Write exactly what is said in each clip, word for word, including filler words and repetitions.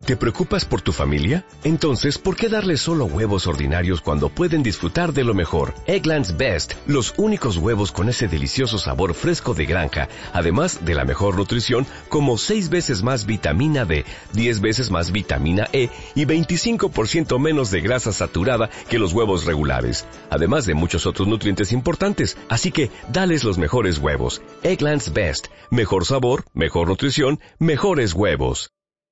¿Te preocupas por tu familia? Entonces, ¿por qué darles solo huevos ordinarios cuando pueden disfrutar de lo mejor? Eggland's Best, los únicos huevos con ese delicioso sabor fresco de granja, además de la mejor nutrición, como seis veces más vitamina D, diez veces más vitamina E y veinticinco por ciento menos de grasa saturada que los huevos regulares, además de muchos otros nutrientes importantes. Así que, dales los mejores huevos. Eggland's Best, mejor sabor, mejor nutrición, mejores huevos.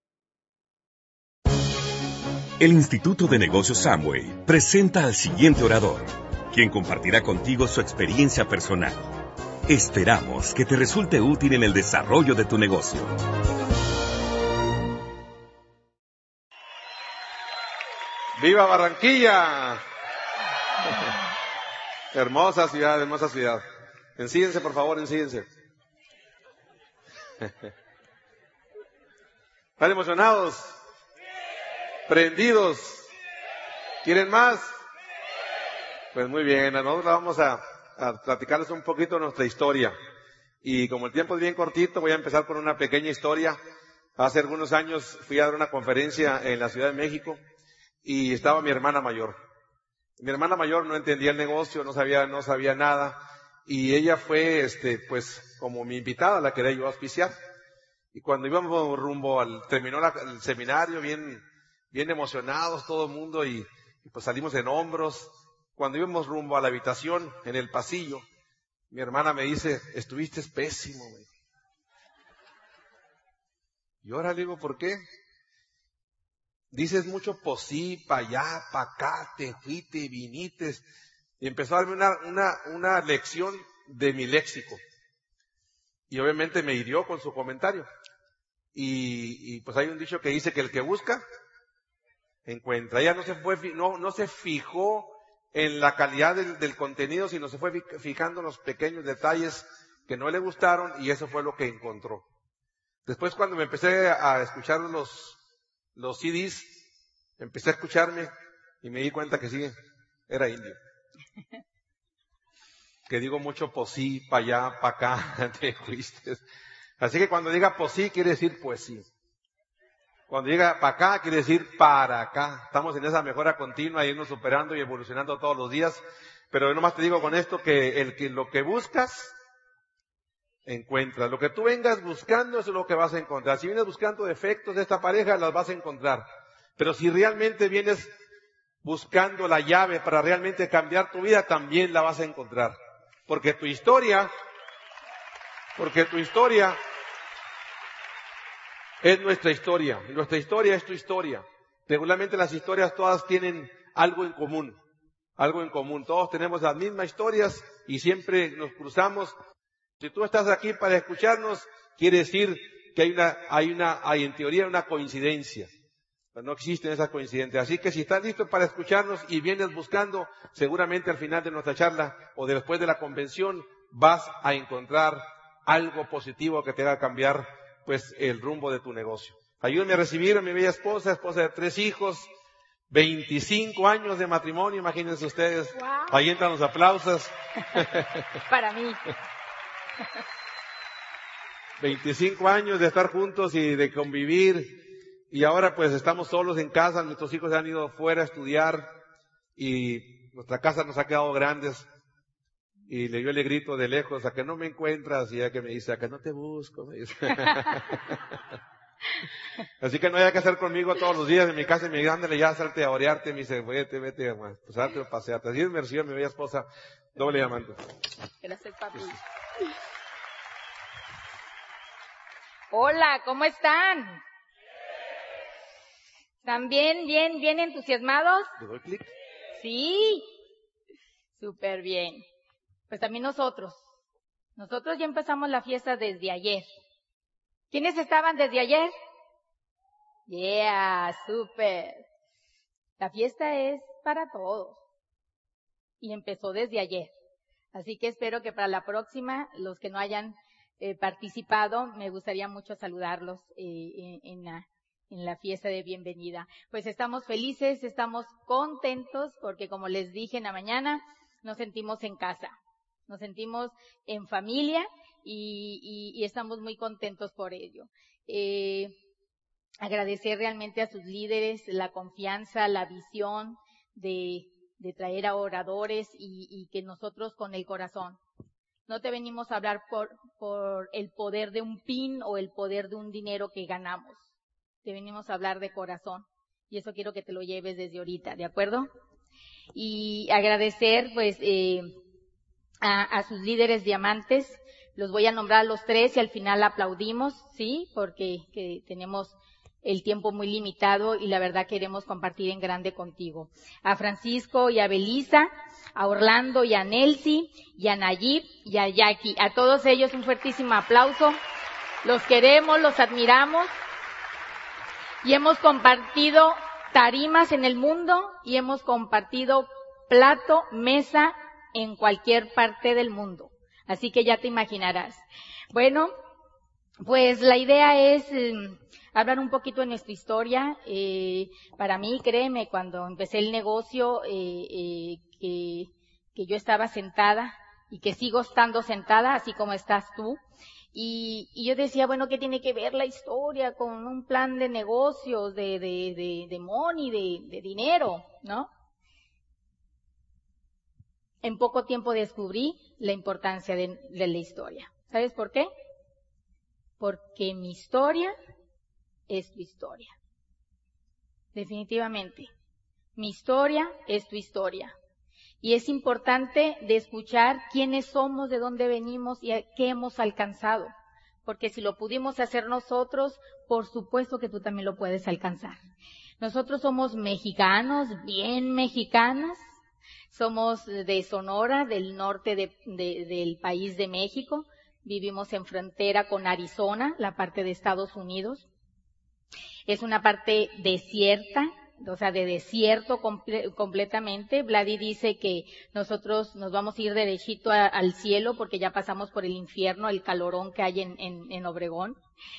El Instituto de Negocios Amway presenta al siguiente orador, quien compartirá contigo su experiencia personal. Esperamos que te resulte útil en el desarrollo de tu negocio. ¡Viva Barranquilla! Hermosa ciudad, hermosa ciudad. Ensíguense, por favor, ensíguense. ¿Están emocionados? ¿Prendidos? ¿Quieren más? Pues muy bien, nosotros vamos a, a platicarles un poquito de nuestra historia. Y como el tiempo es bien cortito, voy a empezar con una pequeña historia. Hace algunos años fui a dar una conferencia en la Ciudad de México y estaba mi hermana mayor. Mi hermana mayor no entendía el negocio, no sabía, no sabía nada. Y ella fue, este, pues, como mi invitada, la quería yo auspiciar. Y cuando íbamos rumbo al, terminó la, el seminario bien, bien emocionados todo el mundo y, y pues salimos en hombros. Cuando íbamos rumbo a la habitación, en el pasillo, mi hermana me dice, estuviste pésimo, güey. Y ahora le digo, ¿por qué? Dices mucho posí, pa' allá, pa' acá, te fuiste, viniste. Y empezó a darme una, una, una lección de mi léxico. Y obviamente me hirió con su comentario. Y, y pues hay un dicho que dice que el que busca, encuentra. Ella no se fue, no, no se fijó en la calidad del, del contenido, sino se fue fijando en los pequeños detalles que no le gustaron y eso fue lo que encontró. Después cuando me empecé a escuchar los, los C Ds, empecé a escucharme y me di cuenta que sí, era indio. Que digo mucho posí, pa' allá, pa' acá, te fuiste. Así que cuando diga posí quiere decir pues sí. Cuando diga para acá, quiere decir para acá. Estamos en esa mejora continua, irnos superando y evolucionando todos los días. Pero yo nomás te digo con esto que, el que lo que buscas, encuentras. Lo que tú vengas buscando, eso es lo que vas a encontrar. Si vienes buscando defectos de esta pareja, las vas a encontrar. Pero si realmente vienes buscando la llave para realmente cambiar tu vida, también la vas a encontrar. Porque tu historia, porque tu historia es nuestra historia. Nuestra historia es tu historia. Regularmente las historias todas tienen algo en común. Algo en común. Todos tenemos las mismas historias y siempre nos cruzamos. Si tú estás aquí para escucharnos, quiere decir que hay una, hay una, hay en teoría una coincidencia. Pero no existen esas coincidencias. Así que si estás listo para escucharnos y vienes buscando, seguramente al final de nuestra charla o después de la convención vas a encontrar algo positivo que te haga cambiar pues el rumbo de tu negocio. Ayúdenme a recibir a mi bella esposa, esposa de tres hijos, veinticinco años de matrimonio, imagínense ustedes. Wow. Ahí entran los aplausos. Para mí. veinticinco años de estar juntos y de convivir. Y ahora pues estamos solos en casa, nuestros hijos han ido fuera a estudiar y nuestra casa nos ha quedado grandes. Y le yo le grito de lejos, a que no me encuentras, y ella que me dice, a que no te busco, me dice. Así que no hay que hacer conmigo todos los días en mi casa, y me dice, ándale ya, salte a orearte, me dice, vete, vete, pues salte a pasearte. Así es, me recibe mi bella esposa, doble llamando. Gracias, papi. Hola, ¿cómo están? ¿Están bien, bien, bien entusiasmados? ¿Le doy clic? Sí, súper bien. Pues también nosotros. Nosotros ya empezamos la fiesta desde ayer. ¿Quiénes estaban desde ayer? Yeah, súper. La fiesta es para todos. Y empezó desde ayer. Así que espero que para la próxima, los que no hayan eh, participado, me gustaría mucho saludarlos eh, en, en, la, en la fiesta de bienvenida. Pues estamos felices, estamos contentos, porque como les dije en la mañana, nos sentimos en casa. Nos sentimos en familia y, y, y estamos muy contentos por ello. Eh, agradecer realmente a sus líderes la confianza, la visión de, de traer a oradores y, y que nosotros con el corazón. No te venimos a hablar por, por el poder de un pin o el poder de un dinero que ganamos. Te venimos a hablar de corazón. Y eso quiero que te lo lleves desde ahorita, ¿de acuerdo? Y agradecer, pues, eh, a, a sus líderes diamantes. Los voy a nombrar a los tres y al final aplaudimos, ¿sí? Porque que tenemos el tiempo muy limitado y la verdad queremos compartir en grande contigo. A Francisco y a Belisa, a Orlando y a Nelcy, y a Nayib y a Jackie. A todos ellos un fuertísimo aplauso. Los queremos, los admiramos. Y hemos compartido tarimas en el mundo y hemos compartido plato, mesa en cualquier parte del mundo. Así que ya te imaginarás. Bueno, pues la idea es eh, hablar un poquito de nuestra historia. Eh, para mí, créeme, cuando empecé el negocio, eh, eh, que, que yo estaba sentada y que sigo estando sentada, así como estás tú. Y, y yo decía, bueno, ¿qué tiene que ver la historia con un plan de negocios, de, de, de, de money, de, de dinero, ¿no? En poco tiempo descubrí la importancia de, de la historia. ¿Sabes por qué? Porque mi historia es tu historia. Definitivamente. Mi historia es tu historia. Y es importante de escuchar quiénes somos, de dónde venimos y qué hemos alcanzado. Porque si lo pudimos hacer nosotros, por supuesto que tú también lo puedes alcanzar. Nosotros somos mexicanos, bien mexicanas. Somos de Sonora, del norte de, de, del país de México. Vivimos en frontera con Arizona, la parte de Estados Unidos. Es una parte desierta, o sea, de desierto comple- completamente. Vladi dice que nosotros nos vamos a ir derechito a, al cielo porque ya pasamos por el infierno, el calorón que hay en, en, en Obregón.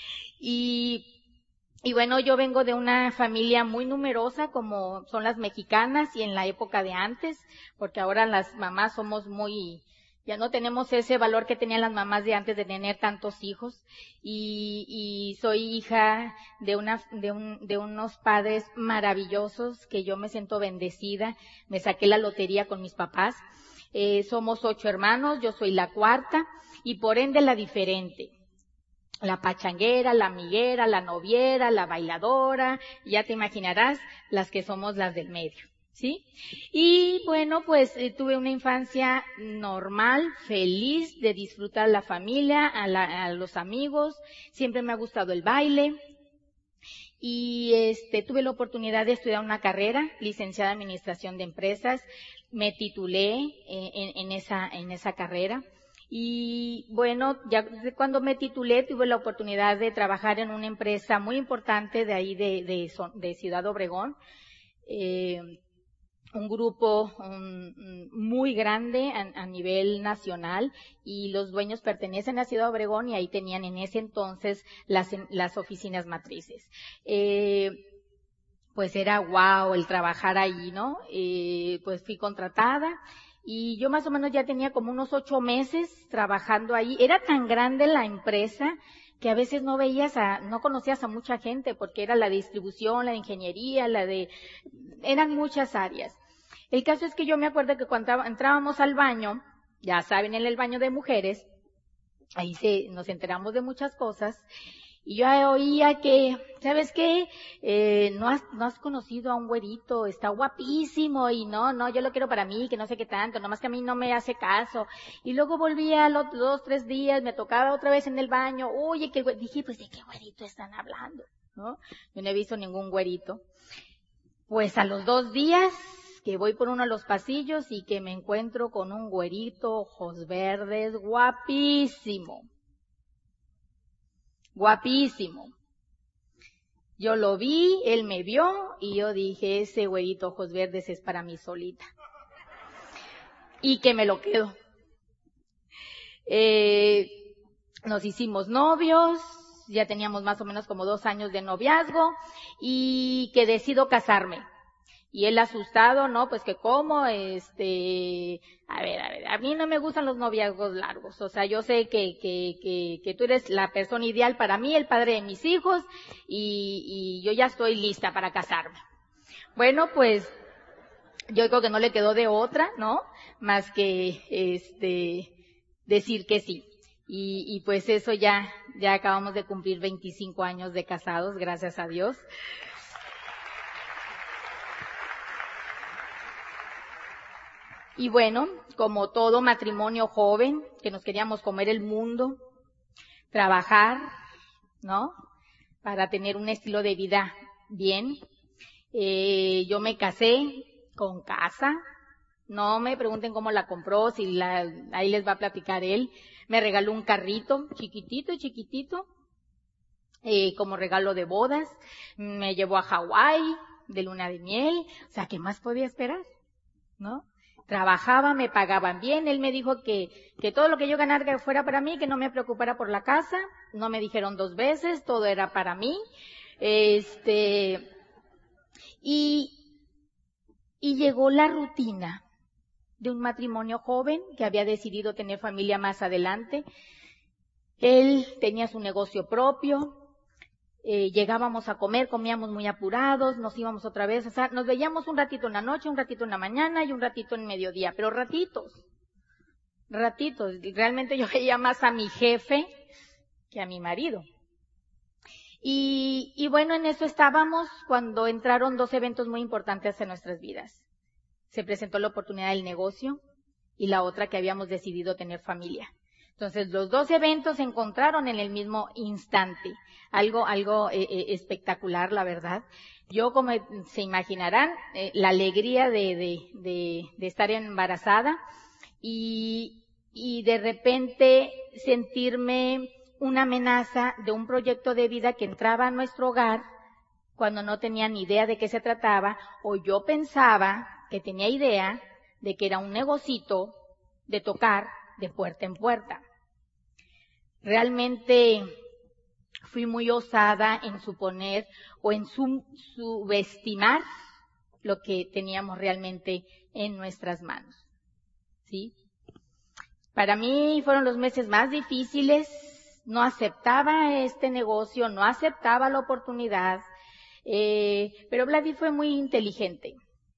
Y, y bueno, yo vengo de una familia muy numerosa como son las mexicanas y en la época de antes, porque ahora las mamás somos muy... Ya no tenemos ese valor que tenían las mamás de antes de tener tantos hijos y, y soy hija de una de, un, de unos padres maravillosos que yo me siento bendecida. Me saqué la lotería con mis papás. Eh, somos ocho hermanos, yo soy la cuarta y por ende la diferente. La pachanguera, la amiguera, la noviera, la bailadora, ya te imaginarás las que somos las del medio. ¿Sí? Y bueno, pues eh, tuve una infancia normal, feliz, de disfrutar la familia, a, la, a los amigos. Siempre me ha gustado el baile. Y este, tuve la oportunidad de estudiar una carrera, licenciada en Administración de Empresas. Me titulé eh, en, en esa, en esa carrera. Y bueno, ya cuando me titulé tuve la oportunidad de trabajar en una empresa muy importante de ahí de, de, de Ciudad Obregón. Eh, un grupo um, muy grande a, a nivel nacional y los dueños pertenecen a Ciudad Obregón y ahí tenían en ese entonces las, las oficinas matrices. Eh, pues era wow el trabajar ahí, ¿no? Eh, pues fui contratada y yo más o menos ya tenía como unos ocho meses trabajando ahí. Era tan grande la empresa que a veces no veías a, no conocías a mucha gente porque era la distribución, la de ingeniería, la de, eran muchas áreas. El caso es que yo me acuerdo que cuando entrábamos al baño, ya saben, en el baño de mujeres, ahí se, nos enteramos de muchas cosas, y yo oía que, ¿sabes qué? Eh, no has, no has conocido a un güerito, está guapísimo, y no, no, yo lo quiero para mí, que no sé qué tanto, nomás que a mí no me hace caso. Y luego volvía a los dos, tres días, me tocaba otra vez en el baño, oye, que dije, pues, ¿de qué güerito están hablando? ¿No? Yo no he visto ningún güerito. Pues a los dos días, que voy por uno de los pasillos y que me encuentro con un güerito, ojos verdes, guapísimo. Guapísimo. Yo lo vi, él me vio y yo dije, ese güerito ojos verdes es para mí solita. Y que me lo quedo. Eh, nos hicimos novios, ya teníamos más o menos como dos años de noviazgo y que decido casarme. Y él asustado, no, pues que cómo, este, a ver, a ver, a mí no me gustan los noviazgos largos, o sea, yo sé que, que, que, que tú eres la persona ideal para mí, el padre de mis hijos, y, y yo ya estoy lista para casarme. Bueno, pues, yo creo que no le quedó de otra, ¿no? Más que, este, decir que sí. Y, y pues eso ya, ya acabamos de cumplir veinticinco años de casados, gracias a Dios. Y bueno, como todo matrimonio joven, que nos queríamos comer el mundo, trabajar, ¿no? Para tener un estilo de vida bien. Eh, yo me casé con casa. No me pregunten cómo la compró, si la, ahí les va a platicar él. Me regaló un carrito chiquitito, chiquitito, eh, como regalo de bodas. Me llevó a Hawái de luna de miel. O sea, ¿qué más podía esperar? ¿No? Trabajaba, me pagaban bien, él me dijo que, que todo lo que yo ganara fuera para mí, que no me preocupara por la casa, no me dijeron dos veces, todo era para mí, este, y, y llegó la rutina de un matrimonio joven que había decidido tener familia más adelante. Él tenía su negocio propio. Eh, llegábamos a comer, comíamos muy apurados, nos íbamos otra vez, o sea, nos veíamos un ratito en la noche, un ratito en la mañana y un ratito en mediodía, pero ratitos, ratitos. Realmente yo veía más a mi jefe que a mi marido. Y, y bueno, en eso estábamos cuando entraron dos eventos muy importantes en nuestras vidas. Se presentó la oportunidad del negocio y la otra que habíamos decidido tener familia. Entonces, los dos eventos se encontraron en el mismo instante. Algo, algo eh, eh, espectacular, la verdad. Yo, como se imaginarán, eh, la alegría de, de, de, de estar embarazada y, y de repente sentirme una amenaza de un proyecto de vida que entraba a nuestro hogar cuando no tenía ni idea de qué se trataba, o yo pensaba que tenía idea de que era un negocito de tocar de puerta en puerta. Realmente fui muy osada en suponer o en sub, subestimar lo que teníamos realmente en nuestras manos. ¿Sí? Para mí fueron los meses más difíciles, no aceptaba este negocio, no aceptaba la oportunidad, eh, pero Vladi fue muy inteligente,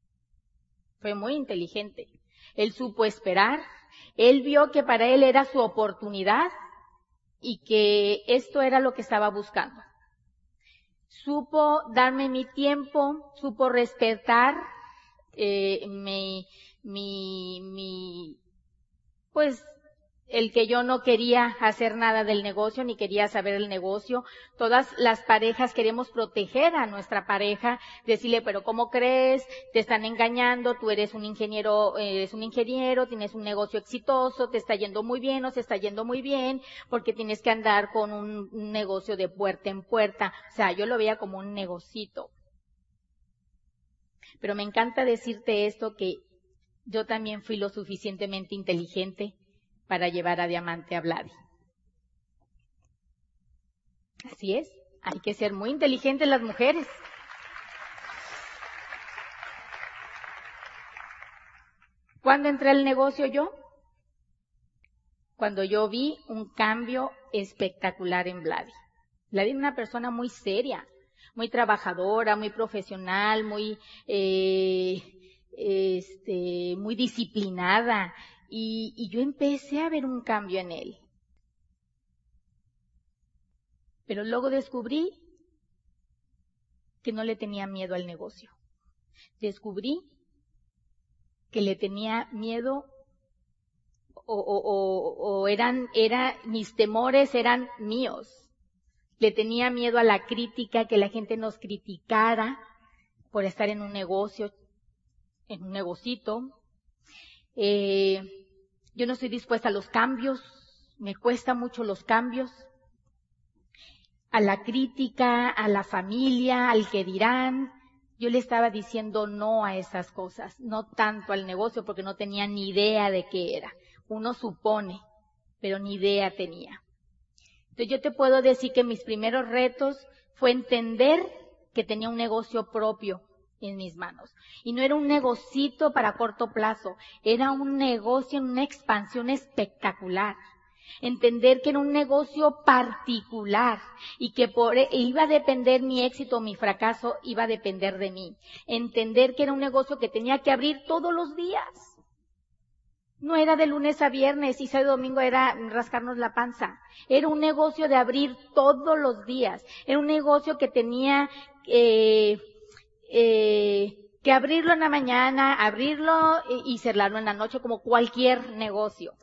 fue muy inteligente. Él supo esperar. Él vio que para él era su oportunidad y que esto era lo que estaba buscando. Supo darme mi tiempo, supo respetar eh, mi, mi, mi, pues, el que yo no quería hacer nada del negocio, ni quería saber el negocio. Todas las parejas queremos proteger a nuestra pareja, decirle, pero ¿cómo crees? Te están engañando, tú eres un ingeniero, eres un ingeniero, tienes un negocio exitoso, te está yendo muy bien o se está yendo muy bien, porque tienes que andar con un, un negocio de puerta en puerta. O sea, yo lo veía como un negocito. Pero me encanta decirte esto, que yo también fui lo suficientemente inteligente para llevar a diamante a Vladi. Así es, hay que ser muy inteligentes las mujeres. ¿Cuándo entré al negocio yo? Cuando yo vi un cambio espectacular en Vladi. Vladi era una persona muy seria, muy trabajadora, muy profesional, muy, eh, este, muy disciplinada. Y, y yo empecé a ver un cambio en él. Pero luego descubrí que no le tenía miedo al negocio. Descubrí que le tenía miedo o, o, o, o eran, era, mis temores eran míos. Le tenía miedo a la crítica, que la gente nos criticara por estar en un negocio, en un negocito. Eh, yo no estoy dispuesta a los cambios, me cuesta mucho los cambios, a la crítica, a la familia, al que dirán. Yo le estaba diciendo no a esas cosas, no tanto al negocio, porque no tenía ni idea de qué era. Uno supone, pero ni idea tenía. Entonces yo te puedo decir que mis primeros retos fue entender que tenía un negocio propio en mis manos. Y no era un negocito para corto plazo, era un negocio en una expansión espectacular. Entender que era un negocio particular y que por, iba a depender mi éxito o mi fracaso, iba a depender de mí. Entender que era un negocio que tenía que abrir todos los días. No era de lunes a viernes y sábado y domingo era rascarnos la panza. Era un negocio de abrir todos los días. Era un negocio que tenía eh, eh, que abrirlo en la mañana, abrirlo y cerrarlo en la noche como cualquier negocio.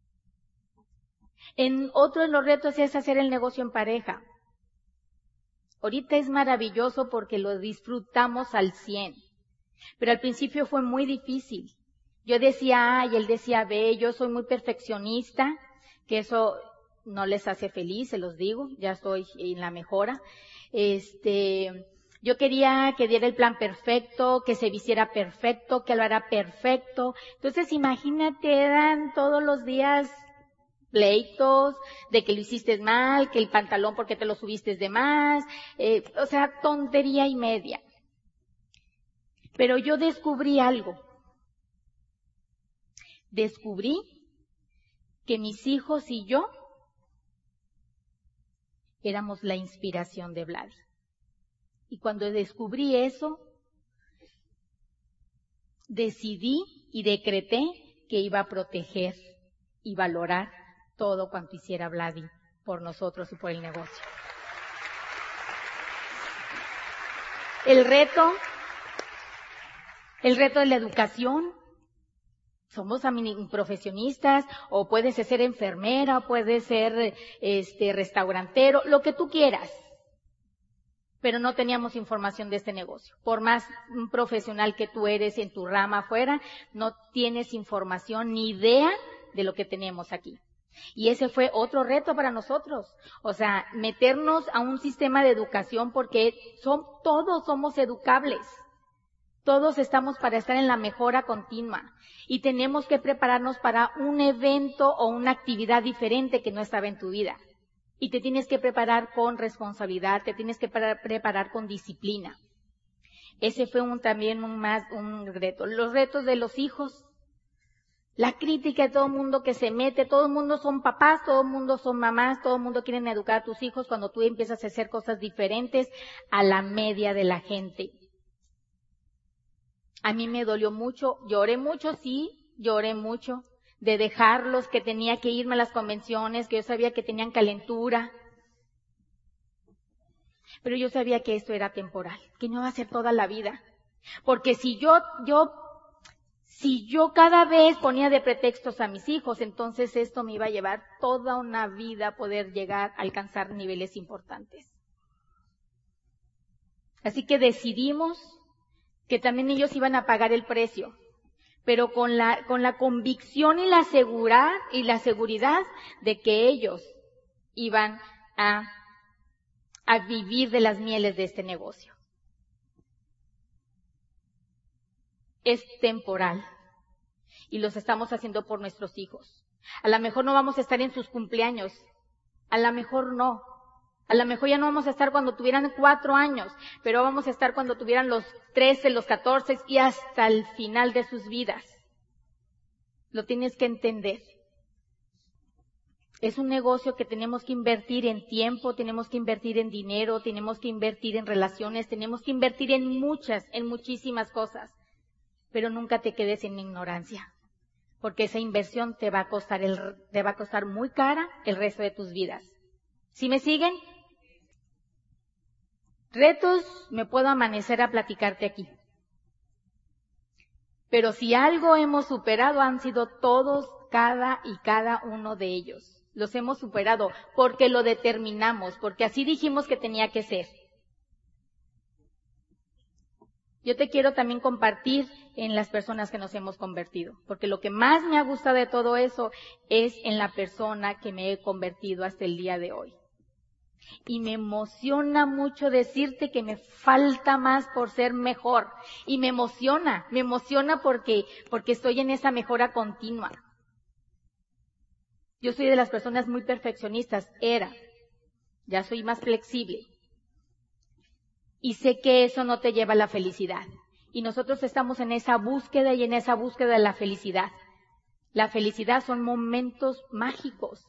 En otro de los retos es hacer el negocio en pareja. Ahorita es maravilloso porque lo disfrutamos al cien. Pero al principio fue muy difícil. Yo decía A y él decía B, yo soy muy perfeccionista, que eso no les hace feliz, se los digo, ya estoy en la mejora. Este, yo quería que diera el plan perfecto, que se vistiera perfecto, que lo hará perfecto. Entonces imagínate, eran todos los días pleitos, de que lo hiciste mal, que el pantalón porque te lo subiste de más, eh, o sea, tontería y media. Pero yo descubrí algo. Descubrí que mis hijos y yo éramos la inspiración de Vlad. Y cuando descubrí eso, decidí y decreté que iba a proteger y valorar todo cuanto hiciera Vladi por nosotros y por el negocio. El reto, el reto de la educación. Somos profesionistas, o puedes ser enfermera, o puedes ser este restaurantero, lo que tú quieras. Pero no teníamos información de este negocio. Por más profesional que tú eres en tu rama afuera, no tienes información ni idea de lo que tenemos aquí. Y ese fue otro reto para nosotros. O sea, meternos a un sistema de educación porque son, todos somos educables. Todos estamos para estar en la mejora continua y tenemos que prepararnos para un evento o una actividad diferente que no estaba en tu vida. Y te tienes que preparar con responsabilidad, te tienes que preparar con disciplina. Ese fue un, también un, más, un reto. Los retos de los hijos, la crítica de todo el mundo que se mete, todo el mundo son papás, todo el mundo son mamás, todo el mundo quiere educar a tus hijos cuando tú empiezas a hacer cosas diferentes a la media de la gente. A mí me dolió mucho, lloré mucho, sí, lloré mucho, de dejarlos, que tenía que irme a las convenciones, que yo sabía que tenían calentura. Pero yo sabía que esto era temporal, que no iba a ser toda la vida. Porque si yo, yo, si yo cada vez ponía de pretextos a mis hijos, entonces esto me iba a llevar toda una vida a poder llegar a alcanzar niveles importantes. Así que decidimos que también ellos iban a pagar el precio, pero con la, con la convicción y la seguridad, y la seguridad de que ellos iban a, a vivir de las mieles de este negocio. Es temporal y los estamos haciendo por nuestros hijos. A lo mejor no vamos a estar en sus cumpleaños, a lo mejor no. A lo mejor ya no vamos a estar cuando tuvieran cuatro años, pero vamos a estar cuando tuvieran los trece, los catorce y hasta el final de sus vidas. Lo tienes que entender. Es un negocio que tenemos que invertir en tiempo, tenemos que invertir en dinero, tenemos que invertir en relaciones, tenemos que invertir en muchas, en muchísimas cosas. Pero nunca te quedes en ignorancia, porque esa inversión te va a costar, el, te va a costar muy cara el resto de tus vidas. ¿Sí me siguen? Retos, me puedo amanecer a platicarte aquí. Pero si algo hemos superado han sido todos, cada y cada uno de ellos. Los hemos superado porque lo determinamos, porque así dijimos que tenía que ser. Yo te quiero también compartir en las personas que nos hemos convertido, porque lo que más me ha gustado de todo eso es en la persona que me he convertido hasta el día de hoy. Y me emociona mucho decirte que me falta más por ser mejor. Y me emociona, me emociona porque, porque estoy en esa mejora continua. Yo soy de las personas muy perfeccionistas, era. Ya soy más flexible. Y sé que eso no te lleva a la felicidad. Y nosotros estamos en esa búsqueda y en esa búsqueda de la felicidad. La felicidad son momentos mágicos.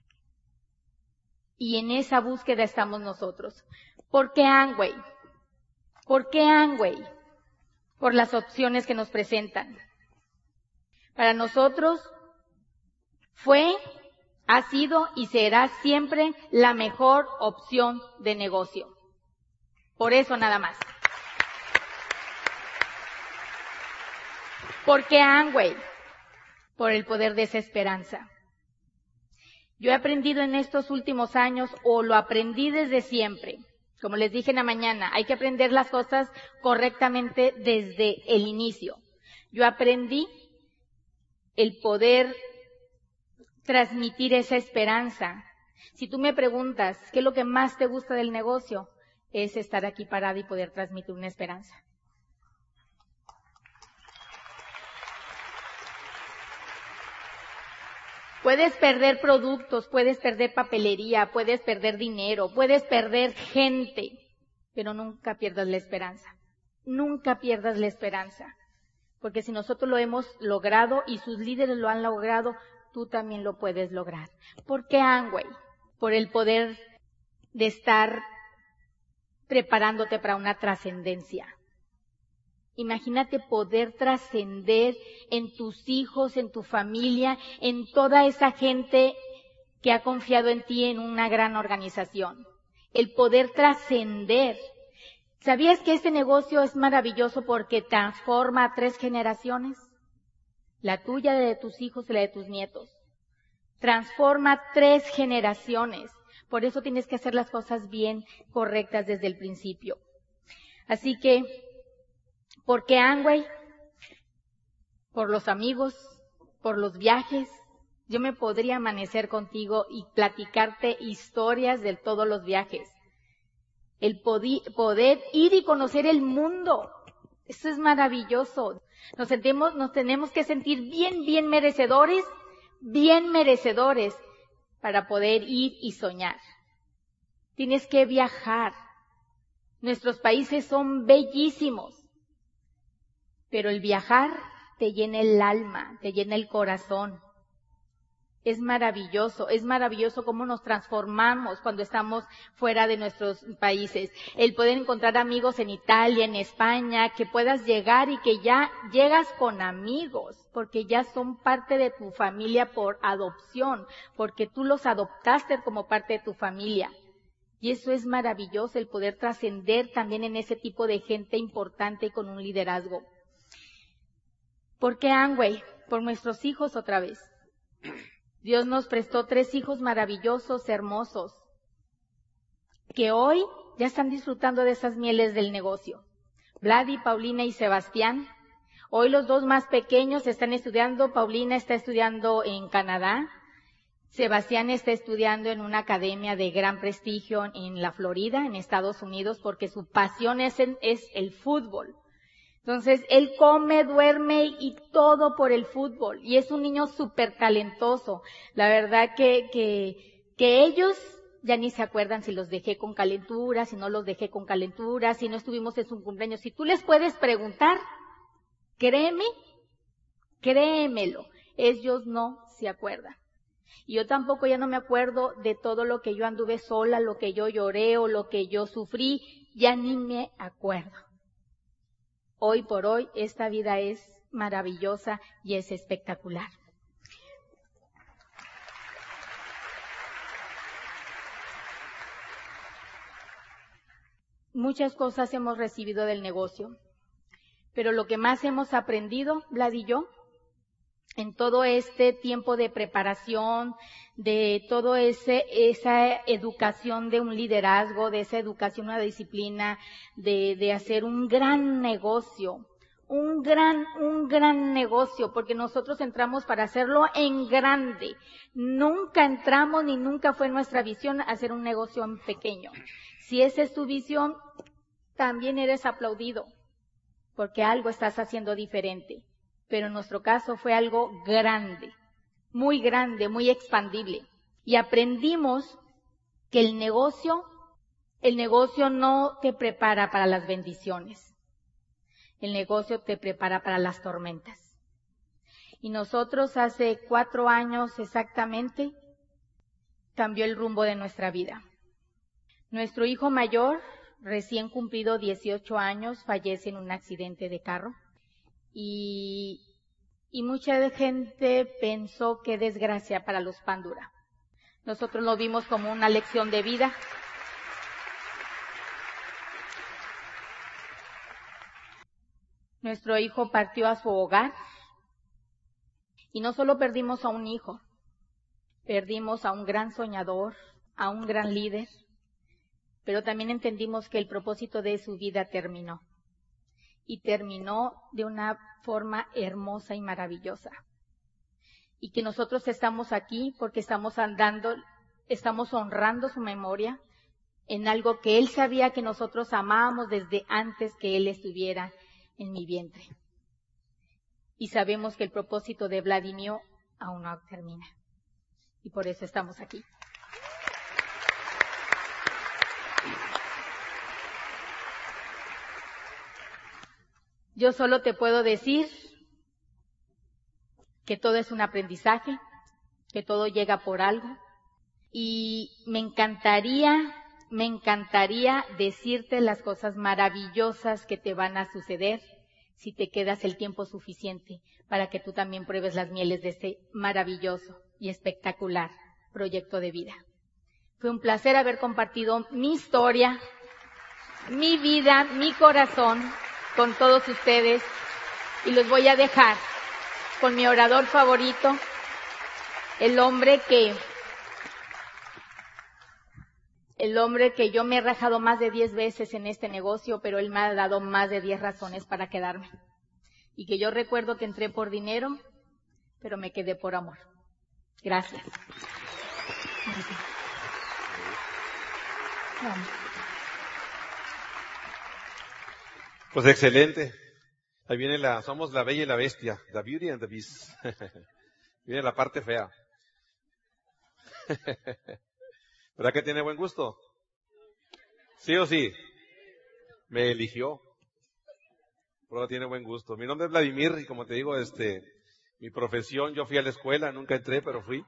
Y en esa búsqueda estamos nosotros. ¿Por qué Amway? ¿Por qué Amway? Por las opciones que nos presentan. Para nosotros fue, ha sido y será siempre la mejor opción de negocio. Por eso nada más. ¿Por qué Amway? Por el poder de esa esperanza. Yo he aprendido en estos últimos años, o lo aprendí desde siempre. Como les dije en la mañana, hay que aprender las cosas correctamente desde el inicio. Yo aprendí el poder transmitir esa esperanza. Si tú me preguntas, ¿qué es lo que más te gusta del negocio? Es estar aquí parada y poder transmitir una esperanza. Puedes perder productos, puedes perder papelería, puedes perder dinero, puedes perder gente, pero nunca pierdas la esperanza. Nunca pierdas la esperanza. Porque si nosotros lo hemos logrado y sus líderes lo han logrado, tú también lo puedes lograr. ¿Por qué Amway? Por el poder de estar preparándote para una trascendencia. Imagínate poder trascender en tus hijos, en tu familia, en toda esa gente que ha confiado en ti en una gran organización. El poder trascender. ¿Sabías que este negocio es maravilloso porque transforma a tres generaciones? La tuya, la de tus hijos y la de tus nietos. Transforma tres generaciones. Por eso tienes que hacer las cosas bien correctas desde el principio. Así que, ¿por qué Amway? Por los amigos, por los viajes. Yo me podría amanecer contigo y platicarte historias de todos los viajes. El poder ir y conocer el mundo. Eso es maravilloso. Nos sentimos, nos tenemos que sentir bien, bien merecedores, bien merecedores para poder ir y soñar. Tienes que viajar. Nuestros países son bellísimos. Pero el viajar te llena el alma, te llena el corazón. Es maravilloso, es maravilloso cómo nos transformamos cuando estamos fuera de nuestros países. El poder encontrar amigos en Italia, en España, que puedas llegar y que ya llegas con amigos, porque ya son parte de tu familia por adopción, porque tú los adoptaste como parte de tu familia. Y eso es maravilloso, el poder trascender también en ese tipo de gente importante y con un liderazgo. ¿Por qué Amway? Por nuestros hijos otra vez. Dios nos prestó tres hijos maravillosos, hermosos, que hoy ya están disfrutando de esas mieles del negocio. Vladi, Paulina y Sebastián. Hoy los dos más pequeños están estudiando. Paulina está estudiando en Canadá. Sebastián está estudiando en una academia de gran prestigio en la Florida, en Estados Unidos, porque su pasión es, en, es el fútbol. Entonces, él come, duerme y todo por el fútbol. Y es un niño súper talentoso. La verdad que, que, que ellos ya ni se acuerdan si los dejé con calentura, si no los dejé con calentura, si no estuvimos en su cumpleaños. Si tú les puedes preguntar, créeme, créemelo, ellos no se acuerdan. Y yo tampoco ya no me acuerdo de todo lo que yo anduve sola, lo que yo lloré o lo que yo sufrí, ya ni me acuerdo. Hoy por hoy esta vida es maravillosa y es espectacular. Muchas cosas hemos recibido del negocio, pero lo que más hemos aprendido, Vlad y yo, en todo este tiempo de preparación, de todo ese, esa educación de un liderazgo, de esa educación, una disciplina, de, de hacer un gran negocio, un gran, un gran negocio, porque nosotros entramos para hacerlo en grande. Nunca entramos ni nunca fue nuestra visión hacer un negocio en pequeño. Si esa es tu visión, también eres aplaudido, porque algo estás haciendo diferente. Pero en nuestro caso fue algo grande, muy grande, muy expandible. Y aprendimos que el negocio, el negocio no te prepara para las bendiciones. El negocio te prepara para las tormentas. Y nosotros hace cuatro años exactamente cambió el rumbo de nuestra vida. Nuestro hijo mayor, recién cumplido dieciocho años, fallece en un accidente de carro. Y, y mucha gente pensó qué desgracia para los Pandura. Nosotros lo vimos como una lección de vida. Nuestro hijo partió a su hogar y no solo perdimos a un hijo, perdimos a un gran soñador, a un gran líder, pero también entendimos que el propósito de su vida terminó. Y terminó de una forma hermosa y maravillosa. Y que nosotros estamos aquí porque estamos andando, estamos honrando su memoria en algo que él sabía que nosotros amábamos desde antes que él estuviera en mi vientre. Y sabemos que el propósito de Vladimir aún no termina. Y por eso estamos aquí. Yo solo te puedo decir que todo es un aprendizaje, que todo llega por algo. Y me encantaría, me encantaría decirte las cosas maravillosas que te van a suceder si te quedas el tiempo suficiente para que tú también pruebes las mieles de este maravilloso y espectacular proyecto de vida. Fue un placer haber compartido mi historia, mi vida, mi corazón con todos ustedes y los voy a dejar con mi orador favorito, el hombre que el hombre que yo me he rajado más de diez veces en este negocio, pero él me ha dado más de diez razones para quedarme. Y que yo recuerdo que entré por dinero, pero me quedé por amor. Gracias. Gracias. Vamos. Pues excelente. Ahí viene la, somos la bella y la bestia, the beauty and the beast. Viene la parte fea. ¿Verdad que tiene buen gusto? ¿Sí o sí? Me eligió. Pero tiene buen gusto. Mi nombre es Vladimir y como te digo, este, mi profesión, yo fui a la escuela, nunca entré, pero fui.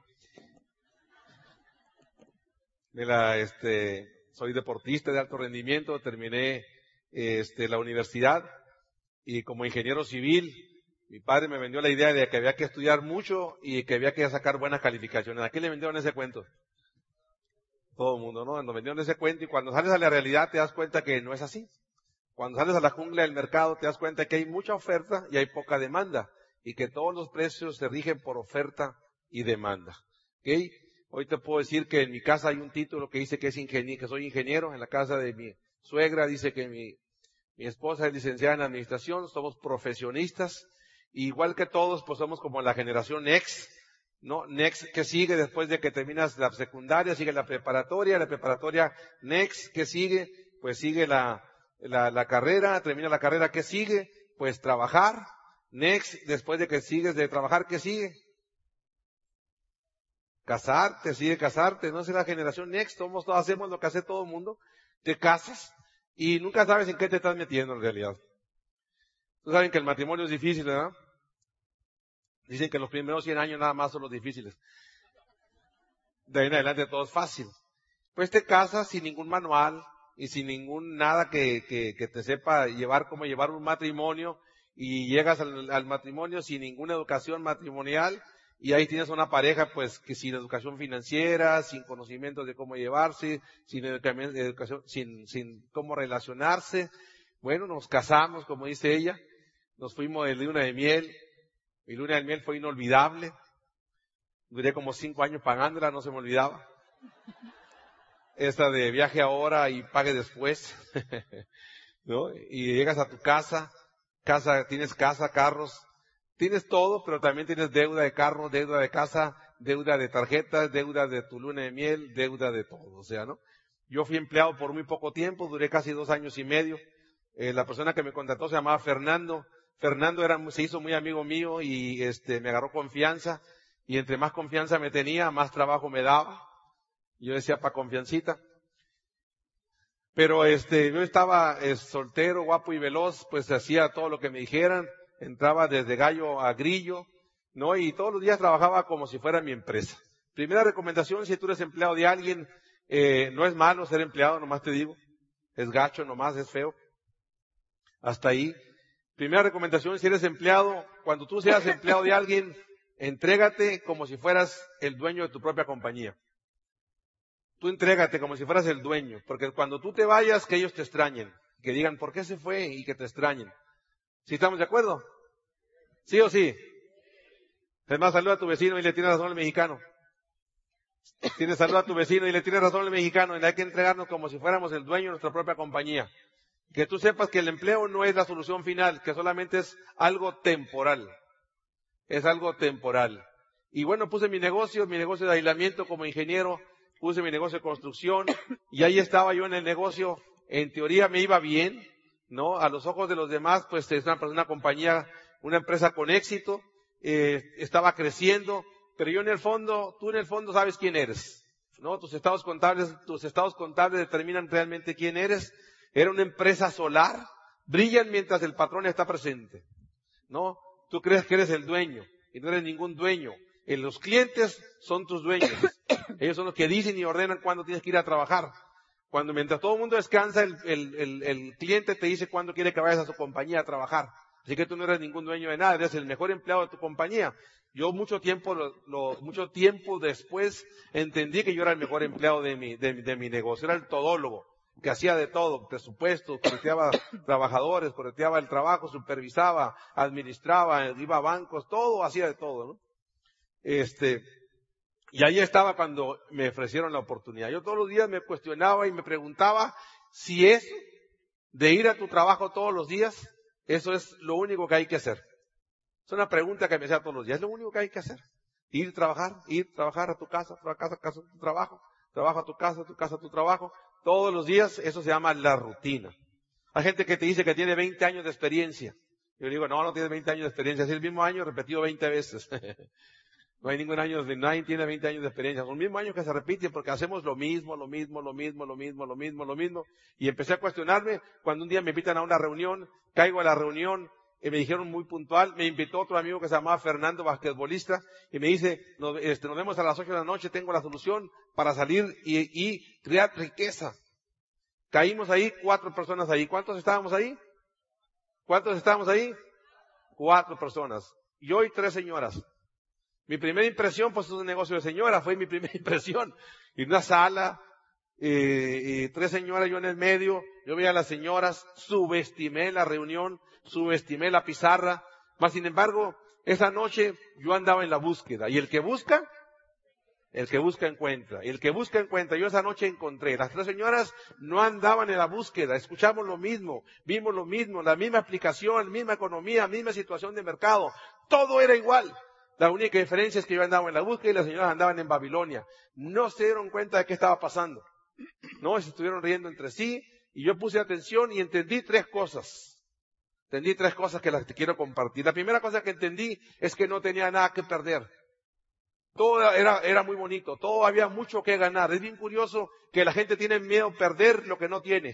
De la, este, soy deportista de alto rendimiento, terminé este, la universidad y como ingeniero civil, mi padre me vendió la idea de que había que estudiar mucho y que había que sacar buenas calificaciones. ¿A qué le vendieron ese cuento? Todo el mundo, ¿no? Nos vendieron ese cuento y cuando sales a la realidad te das cuenta que no es así. Cuando sales a la jungla del mercado te das cuenta que hay mucha oferta y hay poca demanda y que todos los precios se rigen por oferta y demanda. ¿Ok? Hoy te puedo decir que en mi casa hay un título que dice que es ingeniero, que soy ingeniero. En la casa de mi suegra dice que mi, mi esposa es licenciada en administración, somos profesionistas. Y igual que todos, pues somos como la generación Next, ¿no? Next, que sigue después de que terminas la secundaria, sigue la preparatoria, la preparatoria Next, que sigue, pues sigue la, la, la carrera, termina la carrera, ¿qué sigue? Pues trabajar. Next, después de que sigues de trabajar, ¿qué sigue? Casarte, sigue casarte, no es la generación Next, todos, todos hacemos lo que hace todo el mundo, te casas y nunca sabes en qué te estás metiendo en realidad. Tú saben que el matrimonio es difícil, ¿verdad? Dicen que los primeros cien años nada más son los difíciles. De ahí en adelante todo es fácil. Pues te casas sin ningún manual y sin ningún nada que, que, que te sepa llevar, cómo llevar un matrimonio y llegas al, al matrimonio sin ninguna educación matrimonial y ahí tienes una pareja pues que sin educación financiera, sin conocimientos de cómo llevarse, sin educación, sin, sin cómo relacionarse. Bueno, nos casamos, como dice ella, nos fuimos de luna de miel. Mi luna de miel fue inolvidable. Duré como cinco años pagándola, no se me olvidaba. Esta de viaje ahora y pague después. ¿No? Y llegas a tu casa, casa, tienes casa, carros, tienes todo, pero también tienes deuda de carro, deuda de casa, deuda de tarjetas, deuda de tu luna de miel, deuda de todo. O sea, ¿no? Yo fui empleado por muy poco tiempo, duré casi dos años y medio. Eh, la persona que me contrató se llamaba Fernando. Fernando era, se hizo muy amigo mío y este, me agarró confianza. Y entre más confianza me tenía, más trabajo me daba. Yo decía, pa' confiancita. Pero este, yo estaba eh, soltero, guapo y veloz, pues hacía todo lo que me dijeran, entraba desde gallo a grillo, ¿no? Y todos los días trabajaba como si fuera mi empresa. Primera recomendación, si tú eres empleado de alguien, eh, no es malo ser empleado, nomás te digo. Es gacho nomás, es feo. Hasta ahí. Primera recomendación, si eres empleado, cuando tú seas empleado de alguien, entrégate como si fueras el dueño de tu propia compañía. Tú entrégate como si fueras el dueño, porque cuando tú te vayas, que ellos te extrañen, que digan, ¿por qué se fue? Y que te extrañen. ¿Sí estamos de acuerdo? ¿Sí o sí? Es más, saluda a tu vecino y le tienes razón al mexicano. Tienes saluda a tu vecino y le tienes razón al mexicano, y hay que entregarnos como si fuéramos el dueño de nuestra propia compañía. Que tú sepas que el empleo no es la solución final, que solamente es algo temporal. Es algo temporal. Y bueno, puse mi negocio, mi negocio de aislamiento como ingeniero, puse mi negocio de construcción, y ahí estaba yo en el negocio. En teoría me iba bien, ¿no? A los ojos de los demás, pues es una, una compañía, una empresa con éxito, eh, estaba creciendo, pero yo en el fondo, tú en el fondo sabes quién eres, ¿no? Tus estados contables, tus estados contables determinan realmente quién eres. Era una empresa solar, brillan mientras el patrón está presente, ¿no? Tú crees que eres el dueño, y no eres ningún dueño. Eh, los clientes son tus dueños. Ellos son los que dicen y ordenan cuándo tienes que ir a trabajar. Cuando mientras todo el mundo descansa, el, el, el, el cliente te dice cuándo quiere que vayas a su compañía a trabajar. Así que tú no eres ningún dueño de nada, eres el mejor empleado de tu compañía. Yo mucho tiempo, lo, lo, mucho tiempo después entendí que yo era el mejor empleado de mi, de, de mi negocio. Era el todólogo, que hacía de todo, presupuestos, correteaba trabajadores, correteaba el trabajo, supervisaba, administraba, iba a bancos, todo, hacía de todo, ¿no? Este, y ahí estaba cuando me ofrecieron la oportunidad. Yo todos los días me cuestionaba y me preguntaba si eso de ir a tu trabajo todos los días, eso es lo único que hay que hacer. Es una pregunta que me hacía todos los días. Es lo único que hay que hacer. Ir a trabajar, ir a trabajar a tu casa, a casa, a casa, a tu trabajo, trabajo a tu casa, a tu casa, a tu trabajo. Todos los días, eso se llama la rutina. Hay gente que te dice que tiene veinte años de experiencia. Yo digo, no, no tienes veinte años de experiencia. Es el mismo año repetido veinte veces. No hay ningún año, nadie tiene veinte años de experiencia. Son los mismos años que se repiten porque hacemos lo mismo, lo mismo, lo mismo, lo mismo, lo mismo, lo mismo. Y empecé a cuestionarme cuando un día me invitan a una reunión, caigo a la reunión, y me dijeron muy puntual, me invitó otro amigo que se llamaba Fernando, basquetbolista, y me dice, nos, este, nos vemos a las ocho de la noche, tengo la solución para salir y, y crear riqueza. Caímos ahí, cuatro personas ahí. ¿Cuántos estábamos ahí? ¿Cuántos estábamos ahí? Cuatro personas. Yo y tres señoras. Mi primera impresión, pues es un negocio de señora, fue mi primera impresión. Y una sala, eh, y tres señoras, yo en el medio, yo veía a las señoras, subestimé la reunión, subestimé la pizarra, mas sin embargo, esa noche yo andaba en la búsqueda, y el que busca, el que busca encuentra, y el que busca encuentra. Yo esa noche encontré, las tres señoras no andaban en la búsqueda, escuchamos lo mismo, vimos lo mismo, la misma aplicación, misma economía, misma situación de mercado, todo era igual. La única diferencia es que yo andaba en la búsqueda y las señoras andaban en Babilonia. No se dieron cuenta de qué estaba pasando. No, se estuvieron riendo entre sí y yo puse atención y entendí tres cosas. Entendí tres cosas que las que quiero compartir. La primera cosa que entendí es que no tenía nada que perder. Todo era, era muy bonito, todo había mucho que ganar. Es bien curioso que la gente tiene miedo a perder lo que no tiene.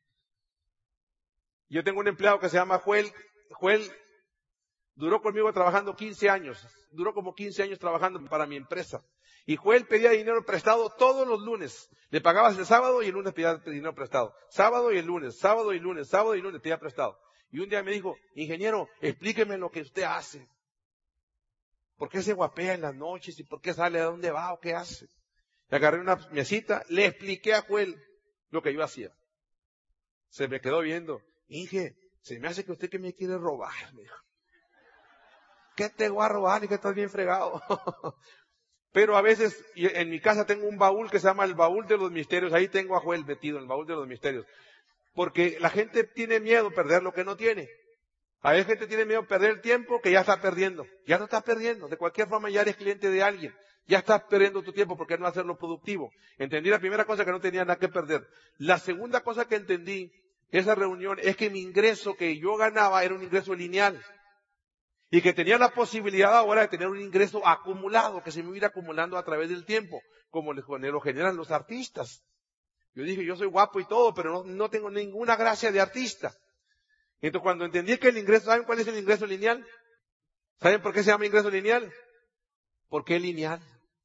Yo tengo un empleado que se llama Joel. Joel duró conmigo trabajando quince años. Duró como quince años trabajando para mi empresa. Y Joel pedía dinero prestado todos los lunes. Le pagabas el sábado y el lunes pedía dinero prestado. Sábado y el lunes, sábado y lunes, sábado y lunes pedía prestado. Y un día me dijo, ingeniero, explíqueme lo que usted hace. ¿Por qué se guapea en las noches? ¿Y por qué sale? ¿A dónde va o qué hace? Le agarré una mesita, le expliqué a Joel lo que yo hacía. Se me quedó viendo. Inge, se me hace que usted que me quiere robar, me dijo. ¿Qué te voy a robar y que estás bien fregado? Pero a veces, en mi casa tengo un baúl que se llama el baúl de los misterios. Ahí tengo a Joel metido en el baúl de los misterios. Porque la gente tiene miedo a perder lo que no tiene. A veces gente tiene miedo a perder el tiempo que ya está perdiendo. Ya no estás perdiendo. De cualquier forma ya eres cliente de alguien. Ya estás perdiendo tu tiempo porque no hacerlo productivo. Entendí la primera cosa, que no tenía nada que perder. La segunda cosa que entendí, esa reunión, es que mi ingreso que yo ganaba era un ingreso lineal. Y que tenía la posibilidad ahora de tener un ingreso acumulado, que se me iba acumulando a través del tiempo, como lo generan los artistas. Yo dije, yo soy guapo y todo, pero no, no tengo ninguna gracia de artista. Entonces cuando entendí que el ingreso, ¿saben cuál es el ingreso lineal? ¿Saben por qué se llama ingreso lineal? Porque es lineal.